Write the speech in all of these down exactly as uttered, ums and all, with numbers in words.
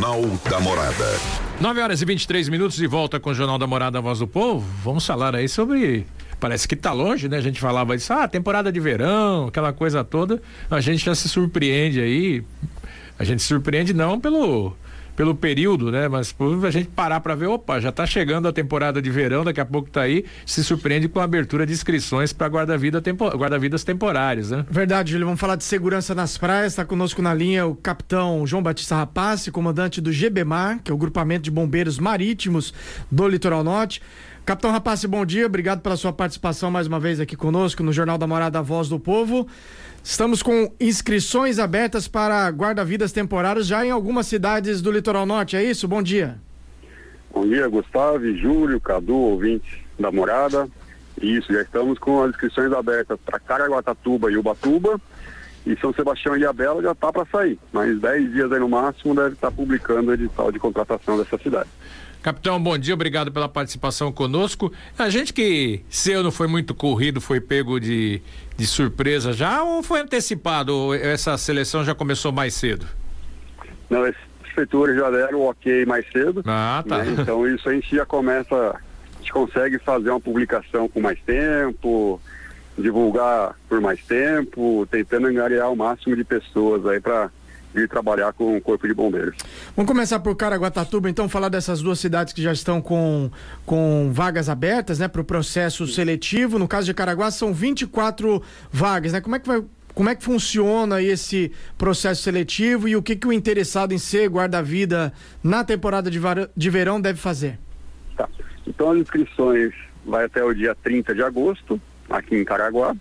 Jornal da Morada. nove horas e vinte e três minutos, de volta com o Jornal da Morada, Voz do Povo. Vamos falar aí sobre, parece que tá longe, né? A gente falava isso, ah, temporada de verão, aquela coisa toda. A gente já se surpreende aí, a gente se surpreende não pelo pelo período, né? Mas por a gente parar para ver, opa, já tá chegando a temporada de verão, daqui a pouco tá aí, se surpreende com a abertura de inscrições para guarda-vida tempo, guarda-vidas temporários, né? Verdade, Júlio, vamos falar de segurança nas praias, tá conosco na linha o capitão João Batista Rapace, comandante do GBMAR, que é o Grupamento de Bombeiros Marítimos do Litoral Norte. Capitão Rapace, bom dia, obrigado pela sua participação mais uma vez aqui conosco no Jornal da Morada, Voz do Povo. Estamos com inscrições abertas para guarda-vidas temporários já em algumas cidades do Litoral Norte, é isso? Bom dia. Bom dia, Gustavo, Júlio, Cadu, ouvintes da Morada. Isso, já estamos com as inscrições abertas para Caraguatatuba e Ubatuba, e São Sebastião e Ilhabela já está para sair, mas dez dias aí no máximo deve estar publicando o edital de contratação dessa cidade. Capitão, bom dia, obrigado pela participação conosco. A gente que seu não foi muito corrido, foi pego de, de surpresa já, ou foi antecipado? Essa seleção já começou mais cedo? Não, as prefeituras já deram o ok mais cedo. Ah, tá. Né? Então isso a gente já começa, a gente consegue fazer uma publicação com mais tempo, divulgar por mais tempo, tentando angariar o máximo de pessoas aí para ir trabalhar com o Corpo de Bombeiros. Vamos começar por Caraguatatuba, então, falar dessas duas cidades que já estão com, com vagas abertas, né, para o processo seletivo. No caso de Caraguá, são vinte e quatro vagas, né? Como é que vai, como é que funciona esse processo seletivo e o que que o interessado em ser guarda-vida na temporada de, var... de verão deve fazer? Tá. Então, as inscrições vai até o dia trinta de agosto, aqui em Caraguá.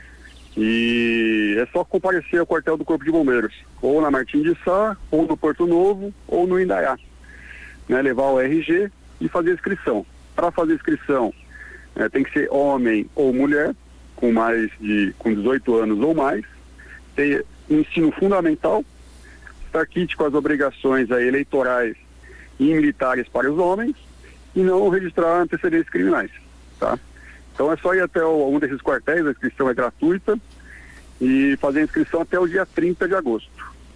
E é só comparecer ao quartel do Corpo de Bombeiros, ou na Martim de Sá, ou no Porto Novo, ou no Indaiá, né? Levar o R G e fazer a inscrição. Para fazer a inscrição, é, tem que ser homem ou mulher, com mais de com dezoito anos ou mais, ter ensino fundamental, estar quite com as obrigações aí, eleitorais e militares para os homens, e não registrar antecedentes criminais, tá? Então é só ir até o, um desses quartéis, a inscrição é gratuita, e fazer a inscrição até o dia trinta de agosto.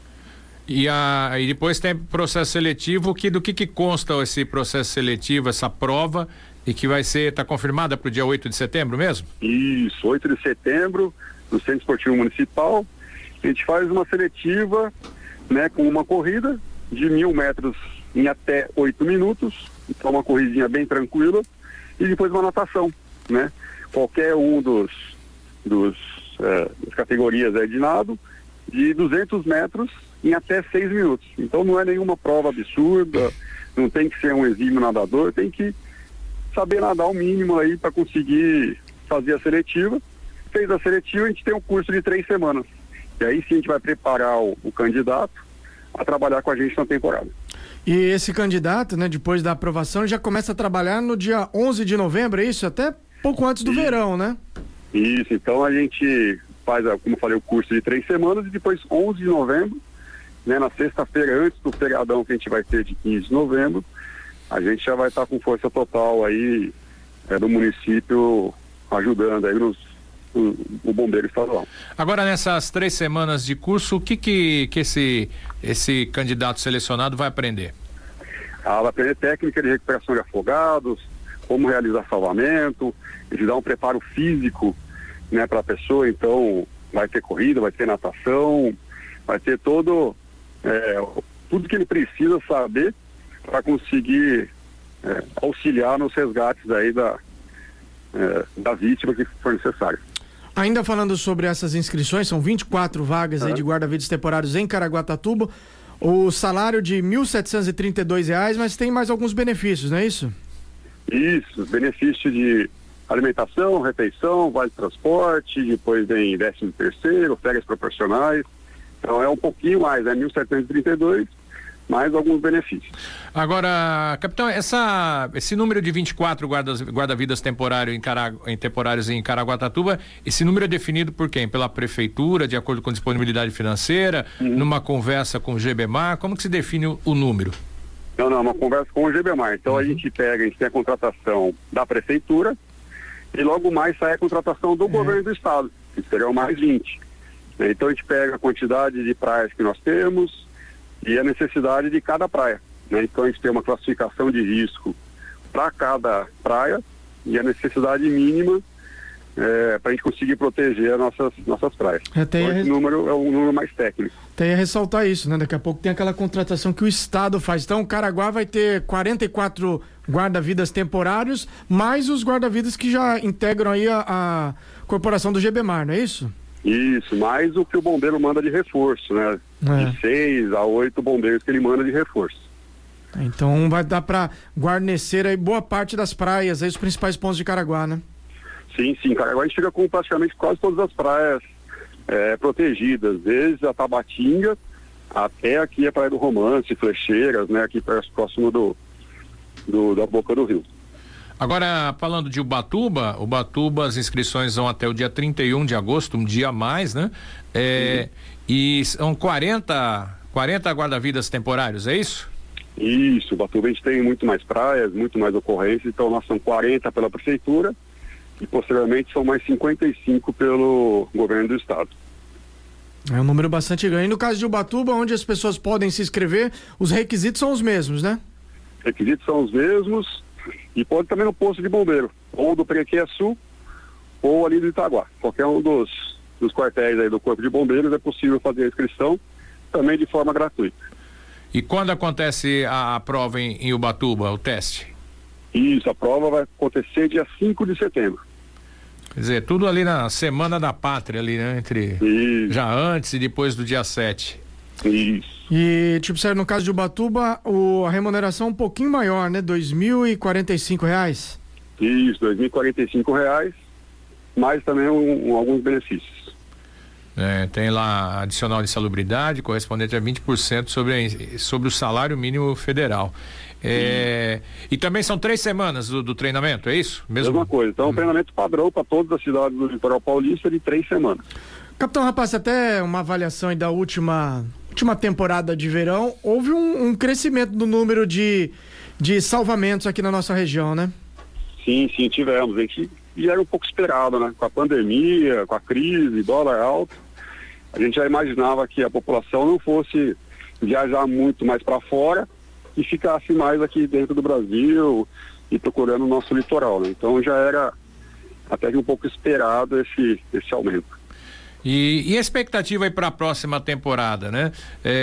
E, a, e depois tem processo seletivo, que, do que, que consta esse processo seletivo, essa prova, e que vai ser, está confirmada para o dia oito de setembro mesmo? Isso, oito de setembro, no Centro Esportivo Municipal. A gente faz uma seletiva, né, com uma corrida de mil metros em até oito minutos, então uma corridinha bem tranquila, e depois uma natação, né? Qualquer um dos, dos eh, das categorias é de nado, de duzentos metros em até seis minutos. Então não é nenhuma prova absurda, não tem que ser um exímio nadador, tem que saber nadar o mínimo aí para conseguir fazer a seletiva. Fez a seletiva, a gente tem um curso de três semanas. E aí sim a gente vai preparar o, o candidato a trabalhar com a gente na temporada. E esse candidato, né, depois da aprovação, já começa a trabalhar no dia onze de novembro, é isso? Até pouco antes do isso. verão, né? Isso, então a gente faz, como eu falei, o curso de três semanas e depois onze de novembro, né, na sexta-feira, antes do feriadão que a gente vai ter de quinze de novembro, a gente já vai estar com força total aí é, do município ajudando aí nos, o, o bombeiro estadual. Agora, nessas três semanas de curso, o que que, que esse, esse candidato selecionado vai aprender? Ah, vai aprender técnica de recuperação de afogados, como realizar salvamento, de dar um preparo físico, né, para a pessoa. Então vai ter corrida, vai ter natação, vai ter todo é, tudo que ele precisa saber para conseguir é, auxiliar nos resgates aí da, é, da vítima que for necessário. Ainda falando sobre essas inscrições, são vinte e quatro vagas, uhum, aí de guarda-vidas temporários em Caraguatatuba, o salário de mil setecentos e trinta e dois reais, mas tem mais alguns benefícios, não é isso? Isso, benefício de alimentação, refeição, vale transporte, depois vem décimo terceiro, férias proporcionais. Então é um pouquinho mais, é mil setecentos e trinta e dois, mais alguns benefícios. Agora, capitão, essa, esse número de vinte e quatro guardas, guarda-vidas temporário em, Cara, em temporários em Caraguatatuba, esse número é definido por quem? Pela prefeitura, de acordo com disponibilidade financeira, uhum, numa conversa com o GBMAR? Como que se define o, o número? Não, não, uma conversa com o GBMAR. Então, uhum, a gente pega, a gente tem a contratação da prefeitura e logo mais sai a contratação do, uhum, governo do estado, que serão mais vinte. Então, a gente pega a quantidade de praias que nós temos, e a necessidade de cada praia, né? Então a gente tem uma classificação de risco para cada praia e a necessidade mínima é, para a gente conseguir proteger as nossas, nossas praias. Até então, esse res... número é um número mais técnico. Até ia ressaltar isso, né? Daqui a pouco tem aquela contratação que o Estado faz. Então o Caraguá vai ter quarenta e quatro guarda-vidas temporários, mais os guarda-vidas que já integram aí a, a corporação do Gebemar, não é isso? Isso, mais o que o bombeiro manda de reforço, né? É. De seis a oito bombeiros que ele manda de reforço. Então vai dar para guarnecer aí boa parte das praias, aí os principais pontos de Caraguá, né? Sim, sim, Caraguá a gente fica com praticamente quase todas as praias é, protegidas, desde a Tabatinga até aqui a Praia do Romance, Flecheiras, né? Aqui próximo do, do, da boca do rio. Agora, falando de Ubatuba, Ubatuba, as inscrições vão até o dia trinta e um de agosto, um dia a mais, né? É, e são quarenta, quarenta guarda-vidas temporários, é isso? Isso, Ubatuba a gente tem muito mais praias, muito mais ocorrências, então nós são quarenta pela prefeitura e posteriormente são mais cinquenta e cinco pelo governo do estado. É um número bastante grande. E no caso de Ubatuba, onde as pessoas podem se inscrever, os requisitos são os mesmos, né? Requisitos são os mesmos. E pode também no posto de bombeiro, ou do Prequiaçu, ou ali do Itaguá. Qualquer um dos, dos quartéis aí do Corpo de Bombeiros é possível fazer a inscrição, também de forma gratuita. E quando acontece a, a prova em, em Ubatuba, o teste? Isso, a prova vai acontecer dia cinco de setembro. Quer dizer, tudo ali na Semana da Pátria, ali, né? Entre Isso. Já antes e depois do dia sete. Isso. E, tipo, sério, no caso de Ubatuba, o, a remuneração é um pouquinho maior, né? dois mil e quarenta e cinco reais. Isso, dois mil e quarenta e cinco reais, mais também um, um, alguns benefícios. É, tem lá adicional de salubridade, correspondente a vinte por cento sobre, a, sobre o salário mínimo federal. É, e também são três semanas do, do treinamento, é isso? Mesmo? Mesma coisa, então hum. um treinamento padrão para todas as cidades do litoral paulista de três semanas. Capitão Rapaz, até uma avaliação aí da última, última temporada de verão, houve um, um crescimento do número de, de salvamentos aqui na nossa região, né? Sim, sim, tivemos. A gente já era um pouco esperado, né? Com a pandemia, com a crise, dólar alto, a gente já imaginava que a população não fosse viajar muito mais para fora e ficasse mais aqui dentro do Brasil e procurando o nosso litoral, né? Então já era até que um pouco esperado esse, esse aumento. E, e a expectativa aí para a próxima temporada, né?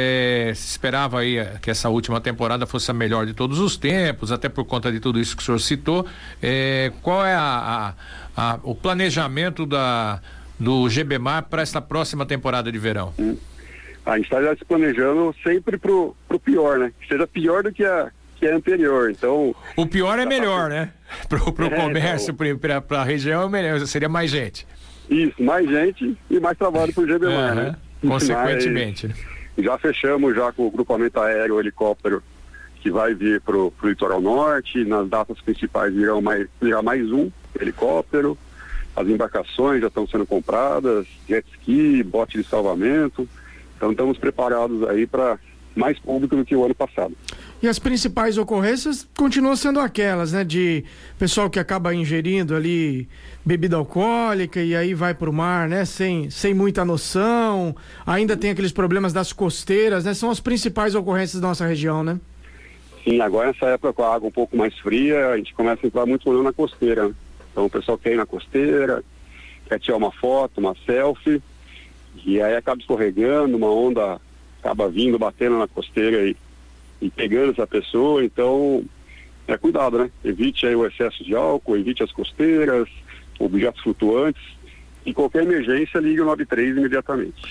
É, se esperava aí que essa última temporada fosse a melhor de todos os tempos, até por conta de tudo isso que o senhor citou. É, qual é a, a, a, o planejamento da, do Gebemar para essa próxima temporada de verão? Hum. A gente está já se planejando sempre pro, pro pior, né? Que seja pior do que a, que a anterior, então... O pior é melhor, né? Pro, pro é, comércio, então... para a região é melhor, seria mais gente. Isso, mais gente e mais trabalho para o Gebemar, uhum, né? Consequentemente. Mas já fechamos já com o grupamento aéreo, o helicóptero que vai vir para o litoral norte. Nas datas principais virão mais, virá mais um helicóptero. As embarcações já estão sendo compradas, jet ski, bote de salvamento. Então estamos preparados aí para mais público do que o ano passado. E as principais ocorrências continuam sendo aquelas, né? De pessoal que acaba ingerindo ali bebida alcoólica e aí vai pro mar, né? Sem, sem muita noção. Ainda tem aqueles problemas das costeiras, né? São as principais ocorrências da nossa região, né? Sim, agora nessa época com a água um pouco mais fria, a gente começa a entrar muito problema na costeira, né? Então o pessoal quer ir na costeira, quer tirar uma foto, uma selfie, e aí acaba escorregando, uma onda acaba vindo, batendo na costeira e e pegando essa pessoa. Então é cuidado, né? Evite aí o excesso de álcool, evite as costeiras, objetos flutuantes, e qualquer emergência ligue o nove três imediatamente.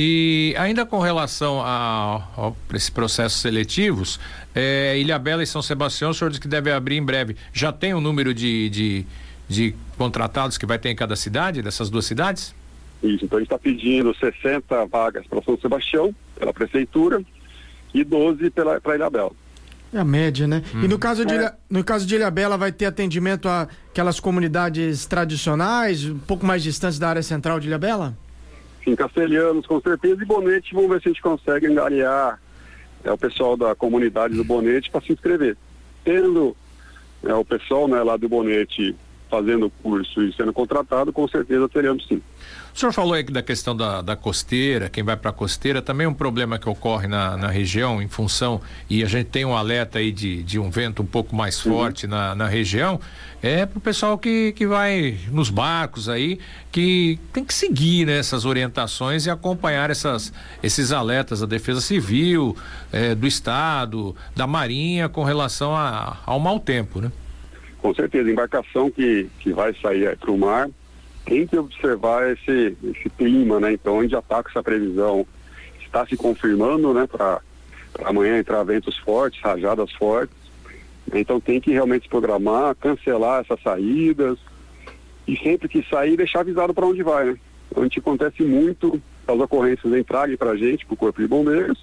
E ainda com relação a, a esses processos seletivos, é, Ilhabela e São Sebastião, o senhor disse que deve abrir em breve. Já tem o número de, de, de contratados que vai ter em cada cidade, dessas duas cidades? Isso, então a gente está pedindo sessenta vagas para São Sebastião, pela prefeitura, e doze para Ilhabela. É a média, né? Hum. E no caso, de, é. no caso de Ilhabela vai ter atendimento a aquelas comunidades tradicionais, um pouco mais distantes da área central de Ilhabela? Sim, Castelhanos, com certeza, e Bonete, vamos ver se a gente consegue angariar é, o pessoal da comunidade do Bonete para se inscrever. Tendo é, o pessoal, né, lá do Bonete fazendo o curso e sendo contratado, com certeza teremos sim. O senhor falou aí da questão da, da costeira, quem vai para a costeira, também um problema que ocorre na, na região em função, e a gente tem um alerta aí de, de um vento um pouco mais forte uhum. na, na região, é pro pessoal que, que vai nos barcos aí, que tem que seguir, né, essas orientações e acompanhar essas, esses alertas da Defesa Civil, é, do Estado, da Marinha com relação a, ao mau tempo, né? Com certeza, embarcação que, que vai sair para o mar tem que observar esse, esse clima, né? Então, a gente já está com essa previsão, está se confirmando, né? Para amanhã entrar ventos fortes, rajadas fortes. Então, tem que realmente se programar, cancelar essas saídas e sempre que sair, deixar avisado para onde vai, né? Então, a gente acontece muito as ocorrências entrarem para a gente, para o Corpo de Bombeiros,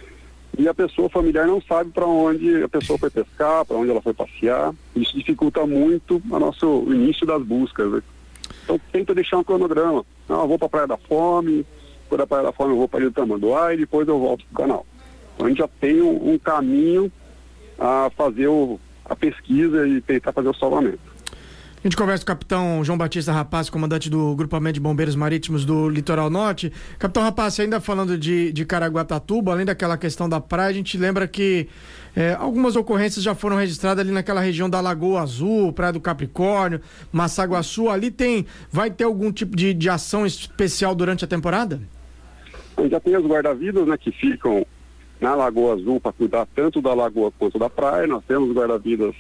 e a pessoa familiar não sabe para onde a pessoa foi pescar, para onde ela foi passear. Isso dificulta muito a nosso, o início das buscas, né? Então tenta deixar um cronograma. Não, eu vou para a Praia da Fome, depois da Praia da Fome eu vou para a Ilha do Tamanduá e depois eu volto para o canal. Então a gente já tem um, um caminho a fazer o, a pesquisa e tentar fazer o salvamento. A gente conversa com o capitão João Batista Rapaz, comandante do Grupamento de Bombeiros Marítimos do Litoral Norte. Capitão Rapaz, ainda falando de, de Caraguatatuba, além daquela questão da praia, a gente lembra que é, algumas ocorrências já foram registradas ali naquela região da Lagoa Azul, Praia do Capricórnio, Massaguaçu. Ali tem, vai ter algum tipo de, de ação especial durante a temporada? Já tem os guarda-vidas, né, que ficam na Lagoa Azul para cuidar tanto da lagoa quanto da praia. Nós temos guarda-vidas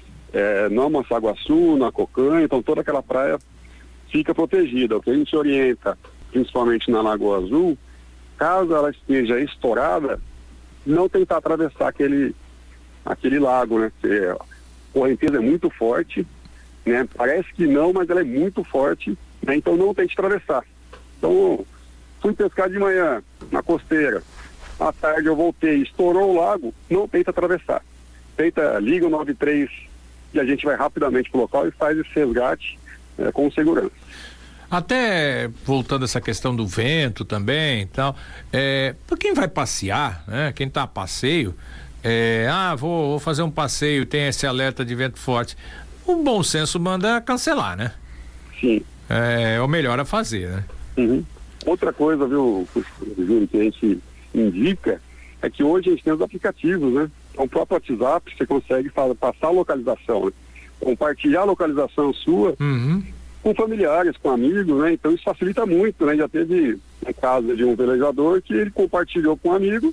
É, no Massaguaçu, na Cocanha, então toda aquela praia fica protegida. O que a gente orienta, principalmente na Lagoa Azul, caso ela esteja estourada, não tentar atravessar aquele, aquele lago, né? Porque a correnteza é muito forte, né? Parece que não, mas ela é muito forte, né? Então não tente atravessar. Então, fui pescar de manhã na costeira, à tarde eu voltei, estourou o lago, não tenta atravessar. Tenta, liga o nove três e a gente vai rapidamente pro local e faz esse resgate é, com segurança. Até voltando a essa questão do vento também e tal, é, para quem vai passear, né? Quem tá a passeio, é, ah, vou, vou fazer um passeio, tem esse alerta de vento forte, o bom senso manda cancelar, né? Sim. É, é o melhor a fazer, né? Uhum. Outra coisa, viu, Júlio, que a gente indica é que hoje a gente tem os aplicativos, né? Com o próprio WhatsApp, você consegue falar, passar a localização, né? Compartilhar a localização sua uhum. com familiares, com amigos, né? Então isso facilita muito, né? Já teve um caso de um velejador que ele compartilhou com um amigo,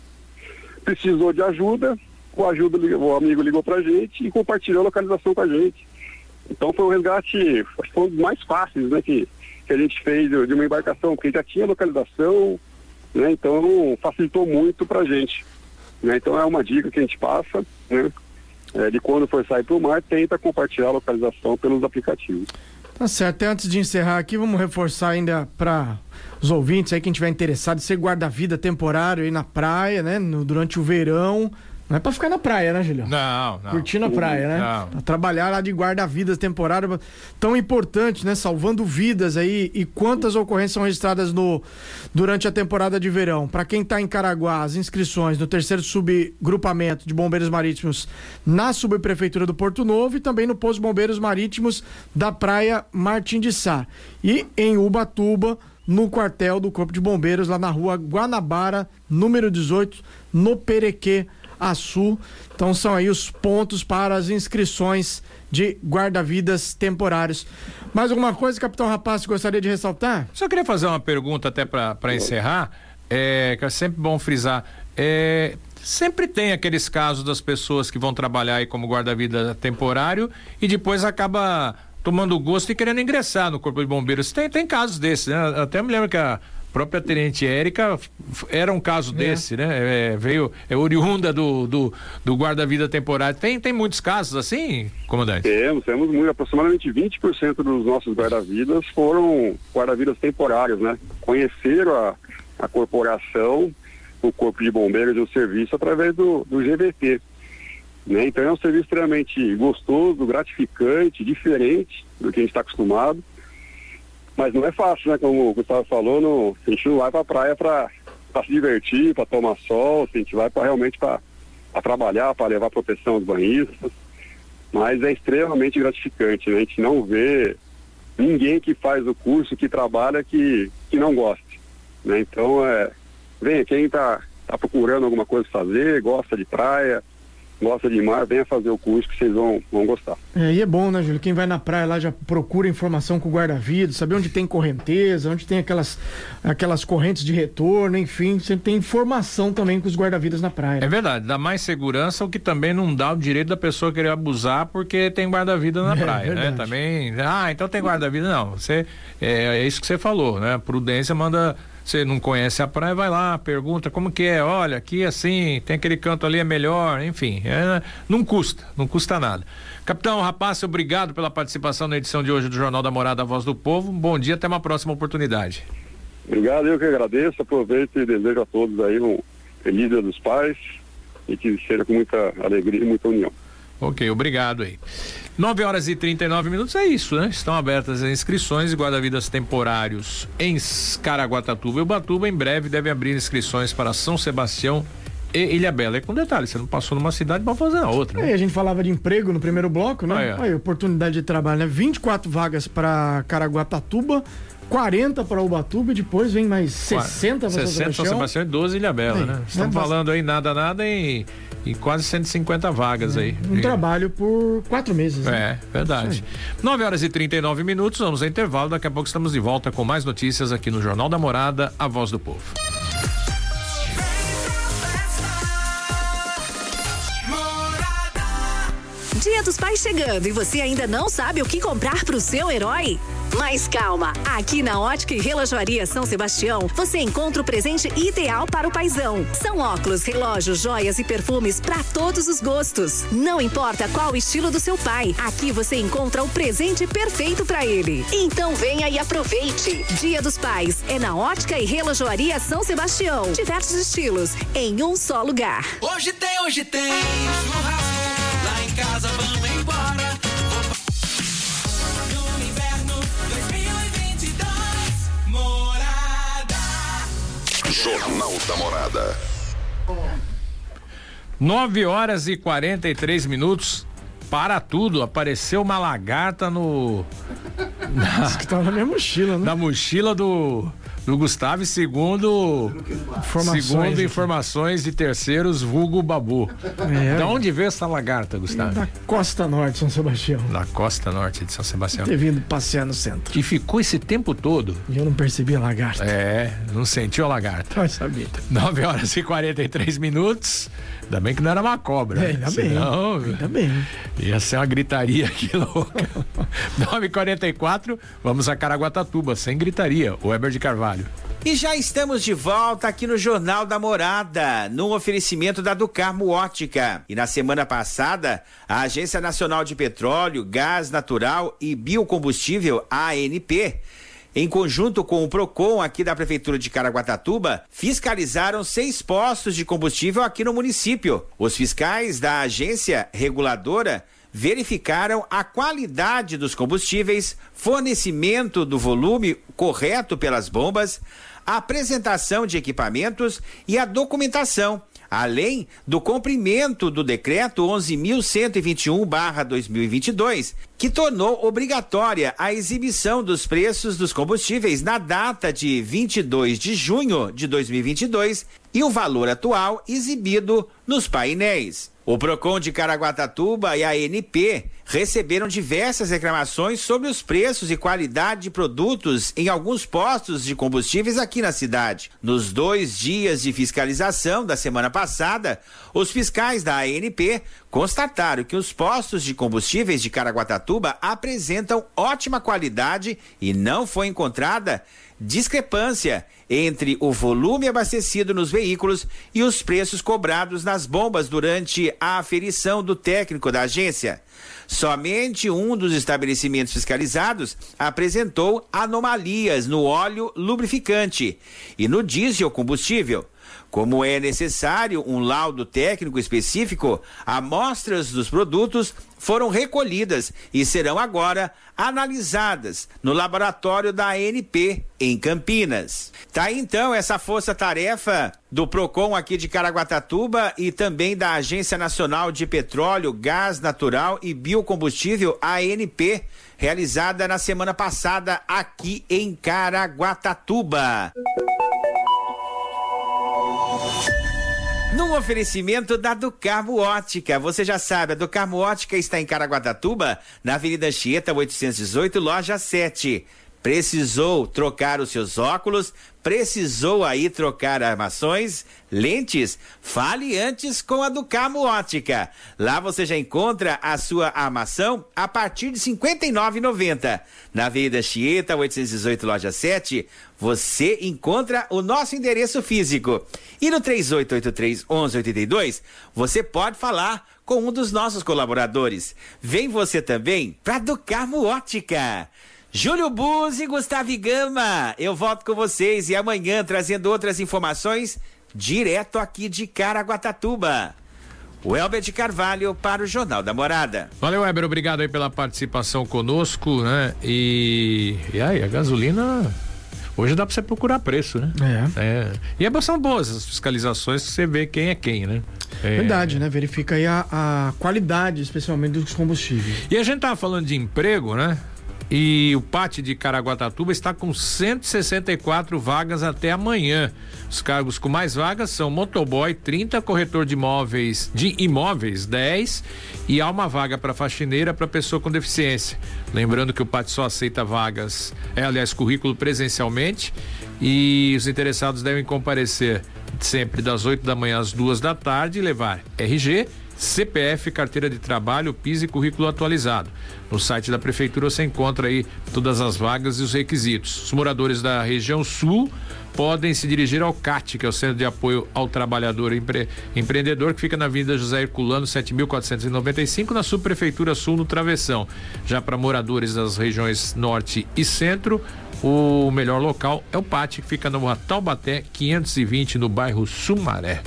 precisou de ajuda, o, ajuda, o amigo ligou pra gente e compartilhou a localização com a gente. Então foi um resgate, foi um dos mais fáceis, né? Que, que a gente fez de uma embarcação, porque já tinha localização, né? Então facilitou muito pra gente. Né? Então é uma dica que a gente passa, né? É, de quando for sair para o mar, tenta compartilhar a localização pelos aplicativos. Tá certo, até antes de encerrar aqui, vamos reforçar ainda para os ouvintes aí, quem tiver interessado em ser guarda-vida temporário aí na praia, né? No, durante o verão. Não é pra ficar na praia, né, Julião? Não, não. Curtindo a praia, né? Não. Pra trabalhar lá de guarda-vidas temporário, tão importante, né? Salvando vidas aí. E quantas ocorrências são registradas no, durante a temporada de verão? Pra quem tá em Caraguá, as inscrições no terceiro subgrupamento de bombeiros marítimos na subprefeitura do Porto Novo e também no posto de bombeiros marítimos da praia Martim de Sá. E em Ubatuba, no quartel do Corpo de Bombeiros, lá na rua Guanabara, número dezoito, no Perequê, Açu. Então são aí os pontos para as inscrições de guarda-vidas temporários. Mais alguma coisa, capitão Rapaz, gostaria de ressaltar? Só queria fazer uma pergunta até para encerrar, é, que é sempre bom frisar, é, sempre tem aqueles casos das pessoas que vão trabalhar aí como guarda-vida temporário e depois acaba tomando gosto e querendo ingressar no Corpo de Bombeiros. Tem, tem casos desses, né? Até me lembro que a própria Tenente Érica era um caso é. desse, né? É, veio, é oriunda do, do, do guarda-vida temporário. Tem, tem muitos casos assim, comandante? Temos, temos muito, aproximadamente vinte por cento dos nossos guarda-vidas foram guarda-vidas temporários, né? Conheceram a, a corporação, o Corpo de Bombeiros e o serviço através do, do G V T. Né? Então é um serviço extremamente gostoso, gratificante, diferente do que a gente está acostumado. Mas não é fácil, né? Como o Gustavo falou, não, a gente não vai para a praia para se divertir, para tomar sol, a gente vai pra, realmente para trabalhar, para levar proteção aos banhistas. mas é extremamente gratificante, né? A gente não vê ninguém que faz o curso, que trabalha, que, que não goste, né? Então, é, vem, quem está tá procurando alguma coisa fazer, gosta de praia, gosta de mar, venha fazer o curso que vocês vão, vão gostar. É, e é bom, né, Júlio? Quem vai na praia lá já procura informação com o guarda-vidas, saber onde tem correnteza, onde tem aquelas, aquelas correntes de retorno, enfim, sempre tem informação também com os guarda-vidas na praia. É verdade, dá mais segurança, o que também não dá o direito da pessoa querer abusar porque tem guarda-vida na É, praia, verdade. né? Também, ah, então tem guarda-vida, não, você, é, é isso que você falou, né? Prudência manda. Você não conhece a praia, vai lá, pergunta como que é, olha, aqui assim, tem aquele canto ali, é melhor, enfim, é, não custa, não custa nada. Capitão Rapaz, obrigado pela participação na edição de hoje do Jornal da Morada, a Voz do Povo, bom dia, até uma próxima oportunidade. Obrigado, eu que agradeço, aproveito e desejo a todos aí um feliz Dia dos Pais e que seja com muita alegria e muita união. Ok, obrigado aí. nove horas e trinta e nove minutos, é isso, né? Estão abertas as inscrições e guarda-vidas temporários em Caraguatatuba e Ubatuba. Em breve deve abrir inscrições para São Sebastião e Ilhabela. E com detalhe, você não passou numa cidade para fazer na outra, né? É, a gente falava de emprego no primeiro bloco, né? Ah, é. Aí, oportunidade de trabalho, né? vinte e quatro vagas para Caraguatatuba, quarenta para Ubatuba e depois vem mais sessenta para São sessenta São Sebastião. Sebastião e doze Ilhabela, É, né? Estamos é falando aí nada, nada em, em quase cento e cinquenta vagas aí. Um E- trabalho por quatro meses. Né? É, verdade. nove horas e trinta e nove minutos, vamos ao intervalo. Daqui a pouco estamos de volta com mais notícias aqui no Jornal da Morada, a Voz do Povo. Dia dos Pais chegando e você ainda não sabe o que comprar pro seu herói? Mas calma, aqui na Ótica e Relojoaria São Sebastião, você encontra o presente ideal para o paizão. São óculos, relógios, joias e perfumes para todos os gostos. Não importa qual o estilo do seu pai, aqui você encontra o presente perfeito para ele. Então venha e aproveite. Dia dos Pais é na Ótica e Relojoaria São Sebastião. Diversos estilos em um só lugar. Hoje tem, hoje tem churrasco. Lá em casa vamos embora. No inverno dois mil e vinte e dois, Morada. Jornal da Morada. nove horas e quarenta e três minutos. Para tudo, apareceu uma lagarta no. Diz que tava na minha mochila, né? Na mochila do, do Gustavo, e segundo Informações segundo aqui. informações de terceiros, vulgo Babu. É. Da onde veio essa lagarta, Gustavo? Da Costa Norte, São Sebastião. Da costa norte de São Sebastião. Ter vindo passear no centro. Que ficou esse tempo todo. E eu não percebi a lagarta. É, não sentiu a lagarta. Vai saber. nove horas e quarenta e três minutos. Ainda bem que não era uma cobra. É, ainda bem. Senão, Ainda bem. ia ser uma gritaria aqui louca. nove e quarenta e quatro, vamos a Caraguatatuba, sem gritaria. O Weber de Carvalho. E já estamos de volta aqui no Jornal da Morada, no oferecimento da Ducarmo Ótica. E na semana passada, a Agência Nacional de Petróleo, Gás Natural e Biocombustível, A N P, em conjunto com o Procon aqui da Prefeitura de Caraguatatuba, fiscalizaram seis postos de combustível aqui no município. Os fiscais da agência reguladora verificaram a qualidade dos combustíveis, fornecimento do volume correto pelas bombas, a apresentação de equipamentos e a documentação, além do cumprimento do decreto onze mil cento e vinte e um barra dois mil e vinte e dois, que tornou obrigatória a exibição dos preços dos combustíveis na data de vinte e dois de junho de dois mil e vinte e dois e o valor atual exibido nos painéis. O Procon de Caraguatatuba e a A N P receberam diversas reclamações sobre os preços e qualidade de produtos em alguns postos de combustíveis aqui na cidade. Nos dois dias de fiscalização da semana passada, os fiscais da A N P constataram que os postos de combustíveis de Caraguatatuba apresentam ótima qualidade e não foi encontrada discrepância entre o volume abastecido nos veículos e os preços cobrados nas bombas durante a aferição do técnico da agência. Somente um dos estabelecimentos fiscalizados apresentou anomalias no óleo lubrificante e no diesel combustível. Como é necessário um laudo técnico específico, amostras dos produtos foram recolhidas e serão agora analisadas no laboratório da A N P em Campinas. Tá aí, então essa força-tarefa do Procon aqui de Caraguatatuba e também da Agência Nacional de Petróleo, Gás Natural e Biocombustível, A N P, realizada na semana passada aqui em Caraguatatuba. Num oferecimento da Ducarmo Ótica. Você já sabe, a Ducarmo Ótica está em Caraguatatuba, na Avenida Anchieta, oitocentos e dezoito, loja sete. Precisou trocar os seus óculos? Precisou aí trocar armações, lentes? Fale antes com a Ducarmo Ótica. Lá você já encontra a sua armação a partir de cinquenta e nove reais e noventa centavos. Na Avenida Anchieta, oitocentos e dezoito, loja sete, você encontra o nosso endereço físico. E no três oito oito três, onze oitenta e dois, você pode falar com um dos nossos colaboradores. Vem você também para Ducarmo Ótica. Júlio Buzzi e Gustavo Gama, eu volto com vocês e amanhã trazendo outras informações direto aqui de Caraguatatuba. O Elber de Carvalho para o Jornal da Morada. Valeu, Elber, obrigado aí pela participação conosco, né? E, e aí, a gasolina, hoje dá pra você procurar preço, né? É. é. E é, são boas as fiscalizações que você vê quem é quem, né? É. Verdade, né? Verifica aí a, a qualidade, especialmente dos combustíveis. E a gente tava falando de emprego, né? E o Pátio de Caraguatatuba está com cento e sessenta e quatro vagas até amanhã. Os cargos com mais vagas são motoboy trinta, corretor de imóveis, de imóveis dez e há uma vaga para faxineira para pessoa com deficiência. Lembrando que o Pátio só aceita vagas, é aliás currículo presencialmente, e os interessados devem comparecer sempre das oito da manhã às duas da tarde e levar R G, C P F, carteira de trabalho, P I S e currículo atualizado. No site da prefeitura você encontra aí todas as vagas e os requisitos. Os moradores da região sul podem se dirigir ao C A T, que é o Centro de Apoio ao Trabalhador Empre... Empreendedor, que fica na Avenida José Herculano, sete mil quatrocentos e noventa e cinco, na Subprefeitura Sul, no Travessão. Já para moradores das regiões norte e centro, o melhor local é o Pátio, que fica na Rua Taubaté quinhentos e vinte, no bairro Sumaré.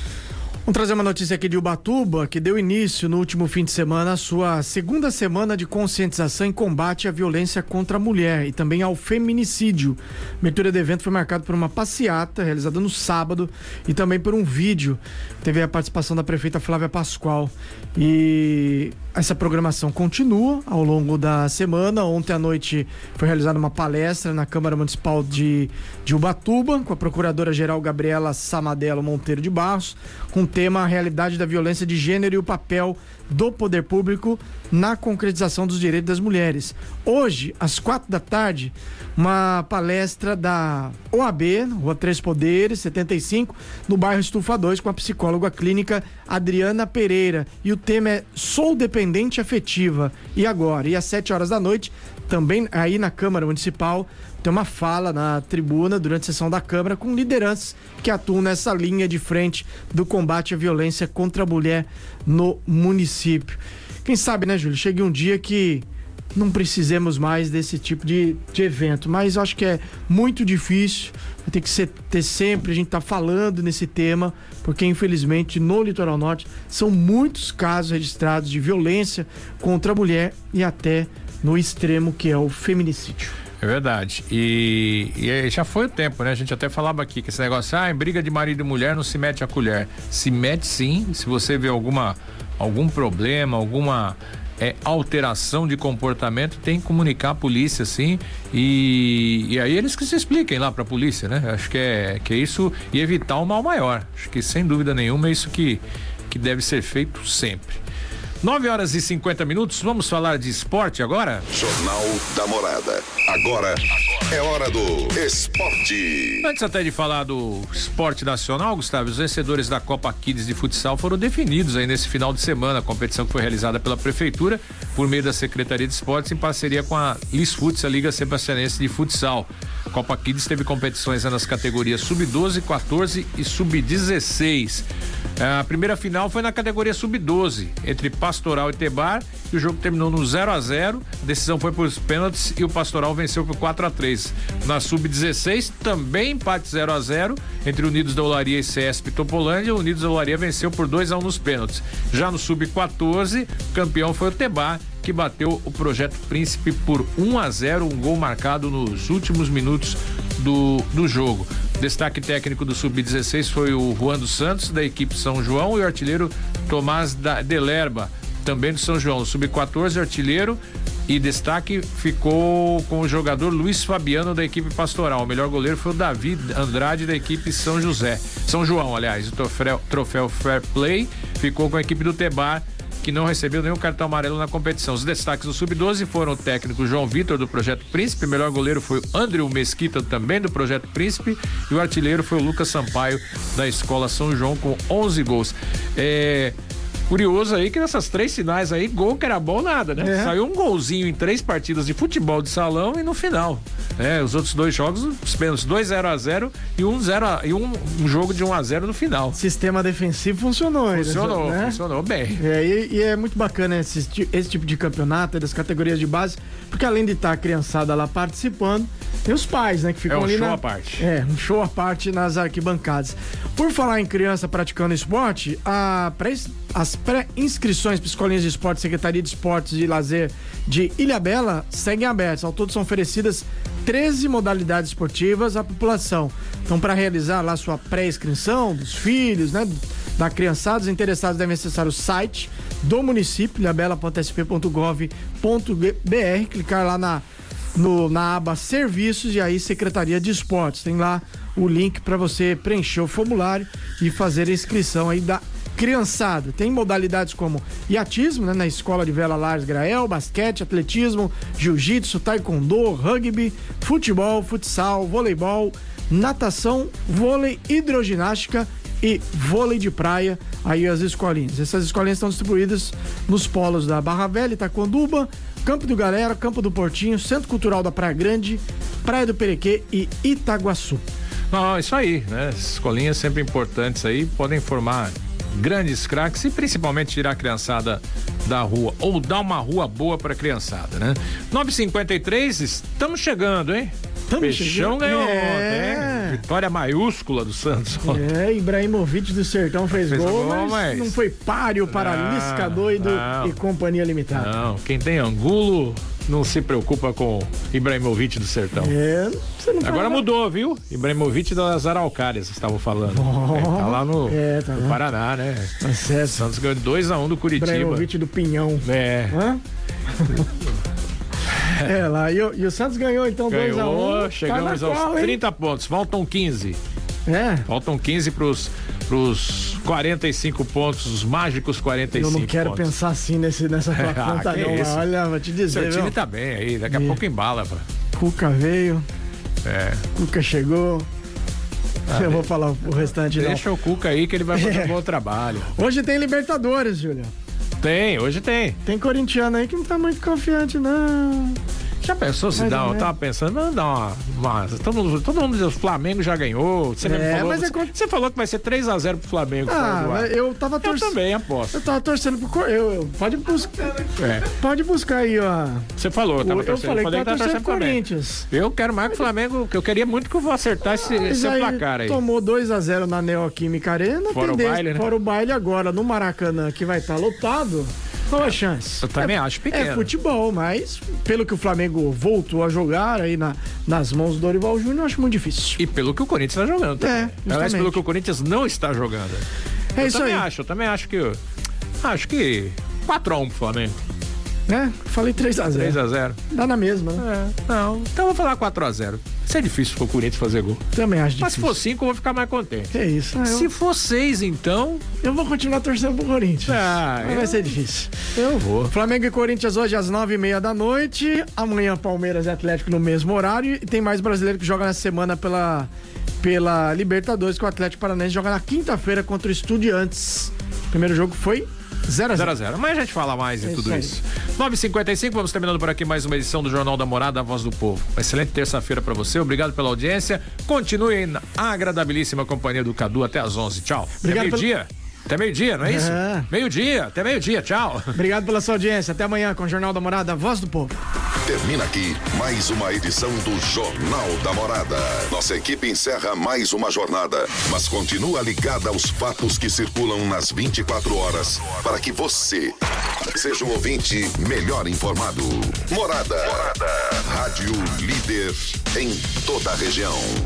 Vamos trazer uma notícia aqui de Ubatuba, que deu início no último fim de semana a sua segunda semana de conscientização em combate à violência contra a mulher e também ao feminicídio. A abertura do evento foi marcada por uma passeata realizada no sábado e também por um vídeo. Teve a participação da prefeita Flávia Pascoal. E essa programação continua ao longo da semana. Ontem à noite foi realizada uma palestra na Câmara Municipal de, de Ubatuba, com a procuradora-geral Gabriela Samadelo Monteiro de Barros, com o tema a realidade da violência de gênero e o papel do poder público na concretização dos direitos das mulheres. Hoje, às quatro da tarde, uma palestra da O A B, Rua Três Poderes, setenta e cinco, no bairro Estufa dois, com a psicóloga clínica Adriana Pereira. E o tema é Sou Dependente Afetiva. E agora? E às sete horas da noite, também aí na Câmara Municipal, tem uma fala na tribuna durante a sessão da Câmara com lideranças que atuam nessa linha de frente do combate à violência contra a mulher no município. Quem sabe, né, Júlio? Chegue um dia que não precisemos mais desse tipo de, de evento, mas eu acho que é muito difícil, vai ter que ser, ter sempre, a gente tá falando nesse tema, porque infelizmente no Litoral Norte são muitos casos registrados de violência contra a mulher e até no extremo que é o feminicídio. É verdade. E, e já foi o tempo, né? A gente até falava aqui que esse negócio, ah, em briga de marido e mulher não se mete a colher. Se mete sim, se você vê alguma, algum problema, alguma é, alteração de comportamento, tem que comunicar à polícia, sim. E, e aí eles que se expliquem lá pra polícia, né? Acho que é, que é isso, e evitar o mal maior. Acho que sem dúvida nenhuma é isso que, que deve ser feito sempre. nove horas e cinquenta minutos, vamos falar de esporte agora? Jornal da Morada. Agora é hora do esporte. Antes até de falar do esporte nacional, Gustavo, os vencedores da Copa Kids de futsal foram definidos aí nesse final de semana. A competição que foi realizada pela Prefeitura por meio da Secretaria de Esportes em parceria com a Lisfuts, a Liga Sebastianense de Futsal. Copa Kids teve competições nas categorias sub doze, quatorze e sub dezesseis. A primeira final foi na categoria sub doze, entre Pastoral e Tebar, e o jogo terminou no zero a zero. A decisão foi por pênaltis e o Pastoral venceu por quatro a três. Na sub dezesseis, também empate zero a zero entre Unidos da Olaria e C S P Topolândia. O Unidos da Olaria venceu por dois a um nos pênaltis. Já no sub quatorze, campeão foi o Tebar, que bateu o Projeto Príncipe por um a zero, um gol marcado nos últimos minutos do, do jogo. Destaque técnico do sub dezesseis foi o Juan dos Santos, da equipe São João, e o artilheiro Tomás da Delerba, também do São João. sub quatorze, artilheiro, e destaque ficou com o jogador Luiz Fabiano, da equipe Pastoral. O melhor goleiro foi o Davi Andrade, da equipe São José. São João, aliás. O troféu, troféu Fair Play ficou com a equipe do Tebar, que não recebeu nenhum cartão amarelo na competição. Os destaques do sub doze foram o técnico João Vitor, do Projeto Príncipe, o melhor goleiro foi o Andrew Mesquita, também do Projeto Príncipe, e o artilheiro foi o Lucas Sampaio, da Escola São João, com onze gols. É... Curioso aí que nessas três finais aí, gol que era bom nada, né? É. Saiu um golzinho em três partidas de futebol de salão e no final. É, os outros dois jogos, os pênaltis, dois zero a zero e um, zero a, e um, um jogo de um a zero no final. Sistema defensivo funcionou. Funcionou, né? Funcionou bem. É, e, e é muito bacana esse, esse tipo de campeonato, das categorias de base, porque além de estar a criançada lá participando, tem os pais, né? Que ficam é um ali show na, à parte. É, um show à parte nas arquibancadas. Por falar em criança praticando esporte, a pré, as pré-inscrições para escolinhas de esporte, Secretaria de Esportes e Lazer de Ilhabela seguem abertas. Ao todo são oferecidas treze modalidades esportivas à população. Então, para realizar lá sua pré-inscrição dos filhos, né, da criançada, os interessados devem acessar o site do município, ilhabela ponto s p ponto gov ponto b r, clicar lá na, no, na aba Serviços e aí Secretaria de Esportes. Tem lá o link para você preencher o formulário e fazer a inscrição aí da criançada. Tem modalidades como iatismo, né, na Escola de Vela Lares Grael, basquete, atletismo, jiu-jitsu, taekwondo, rugby, futebol, futsal, voleibol, natação, vôlei, hidroginástica e vôlei de praia, aí as escolinhas. Essas escolinhas estão distribuídas nos polos da Barra Velha, Itaconduba, Campo do Galera, Campo do Portinho, Centro Cultural da Praia Grande, Praia do Perequê e Itaguaçu. Não, isso aí, né? As escolinhas sempre importantes aí, podem formar grandes craques e principalmente tirar a criançada da rua, ou dar uma rua boa pra criançada, né? nove e cinquenta e três, estamos chegando, hein? Peixão ganhou é. ontem, hein? Vitória maiúscula do Santos. É, Ibrahimovic do Sertão fez, fez gol, mas, mas não foi páreo para não, Lisca Doido não. E Companhia Limitada. Não, quem tem Angulo não se preocupa com Ibrahimovic do Sertão. É, você não Agora mudou, viu? Ibrahimovic das Araucárias, estavam falando. Oh, é, tá lá no, é, tá no Paraná, né? Tá certo. Santos ganhou dois a um do Curitiba. Ibrahimovic do Pinhão. É. Hã? É lá, e o, e o Santos ganhou então dois a um. Chegamos tá aos cola, trinta pontos, faltam quinze. É. Faltam quinze pros, pros quarenta e cinco pontos, os mágicos quarenta e cinco pontos. Eu não quero pontos. pensar assim nesse, nessa tua ah, conta não, isso? Olha, vou te dizer. Seu time viu? tá bem aí, daqui a e... pouco embala. Pô. Cuca veio. É. Cuca chegou. Ah, eu vou falar o restante Deixa não. Deixa o Cuca aí que ele vai fazer é. um bom trabalho. Hoje tem Libertadores, Júlio. Tem, hoje tem. Tem corintiano aí que não tá muito confiante, não. Já pensou se dá? Eu tava pensando, não, dá uma. uma todo, mundo, todo mundo diz, o Flamengo já ganhou. Você, é, falou, mas é... você, você falou que vai ser três a zero pro Flamengo. Ah, eu tava torcendo. Eu também aposto. Eu tava torcendo pro Cor... eu, eu Pode buscar. É. Pode buscar aí, ó. Você falou, eu tava eu torcendo. Falei Eu falei que tava torcendo pro Corinthians. Eu quero mais que o Flamengo, que eu queria muito que eu vou acertar esse, esse aí, placar aí. Tomou dois a zero na Neoquímica Arena. Fora o baile, né? Fora o baile agora no Maracanã, que vai estar tá lotado. Qual a chance? Eu também é, acho pequeno. É futebol, mas pelo que o Flamengo voltou a jogar aí na, nas mãos do Dorival Júnior, eu acho muito difícil. E pelo que o Corinthians está jogando também. É, Aliás, pelo que o Corinthians não está jogando. É eu isso também aí. acho, eu também acho que acho que quatro a um pro Flamengo. É, falei três a zero. três a zero. Dá na mesma, né? É, não, então eu vou falar quatro a zero. Isso é difícil pro Corinthians fazer gol. Também acho difícil. Mas se for cinco, eu vou ficar mais contente. É isso. Ah, se eu... for seis, então... Eu vou continuar torcendo pro Corinthians. Ah, mas eu... vai ser difícil. Eu vou. Flamengo e Corinthians hoje às nove e meia da noite. Amanhã Palmeiras e Atlético no mesmo horário. E tem mais brasileiro que joga na semana pela, pela Libertadores, que o Atlético Paranaense joga na quinta-feira contra o Estudiantes. O primeiro jogo foi zero a zero. Mas a gente fala mais É em tudo isso isso. nove e cinquenta e cinco, vamos terminando por aqui mais uma edição do Jornal da Morada, a Voz do Povo. Uma excelente terça-feira para você, obrigado pela audiência. Continue aí na agradabilíssima companhia do Cadu até às onze. Tchau. Obrigado até meio-dia. Pelo... Até meio-dia, não é isso? É. Meio-dia, até meio-dia, tchau. Obrigado pela sua audiência. Até amanhã com o Jornal da Morada, a Voz do Povo. Termina aqui mais uma edição do Jornal da Morada. Nossa equipe encerra mais uma jornada, mas continua ligada aos fatos que circulam nas vinte e quatro horas para que você seja um ouvinte melhor informado. Morada. Morada. Rádio líder em toda a região.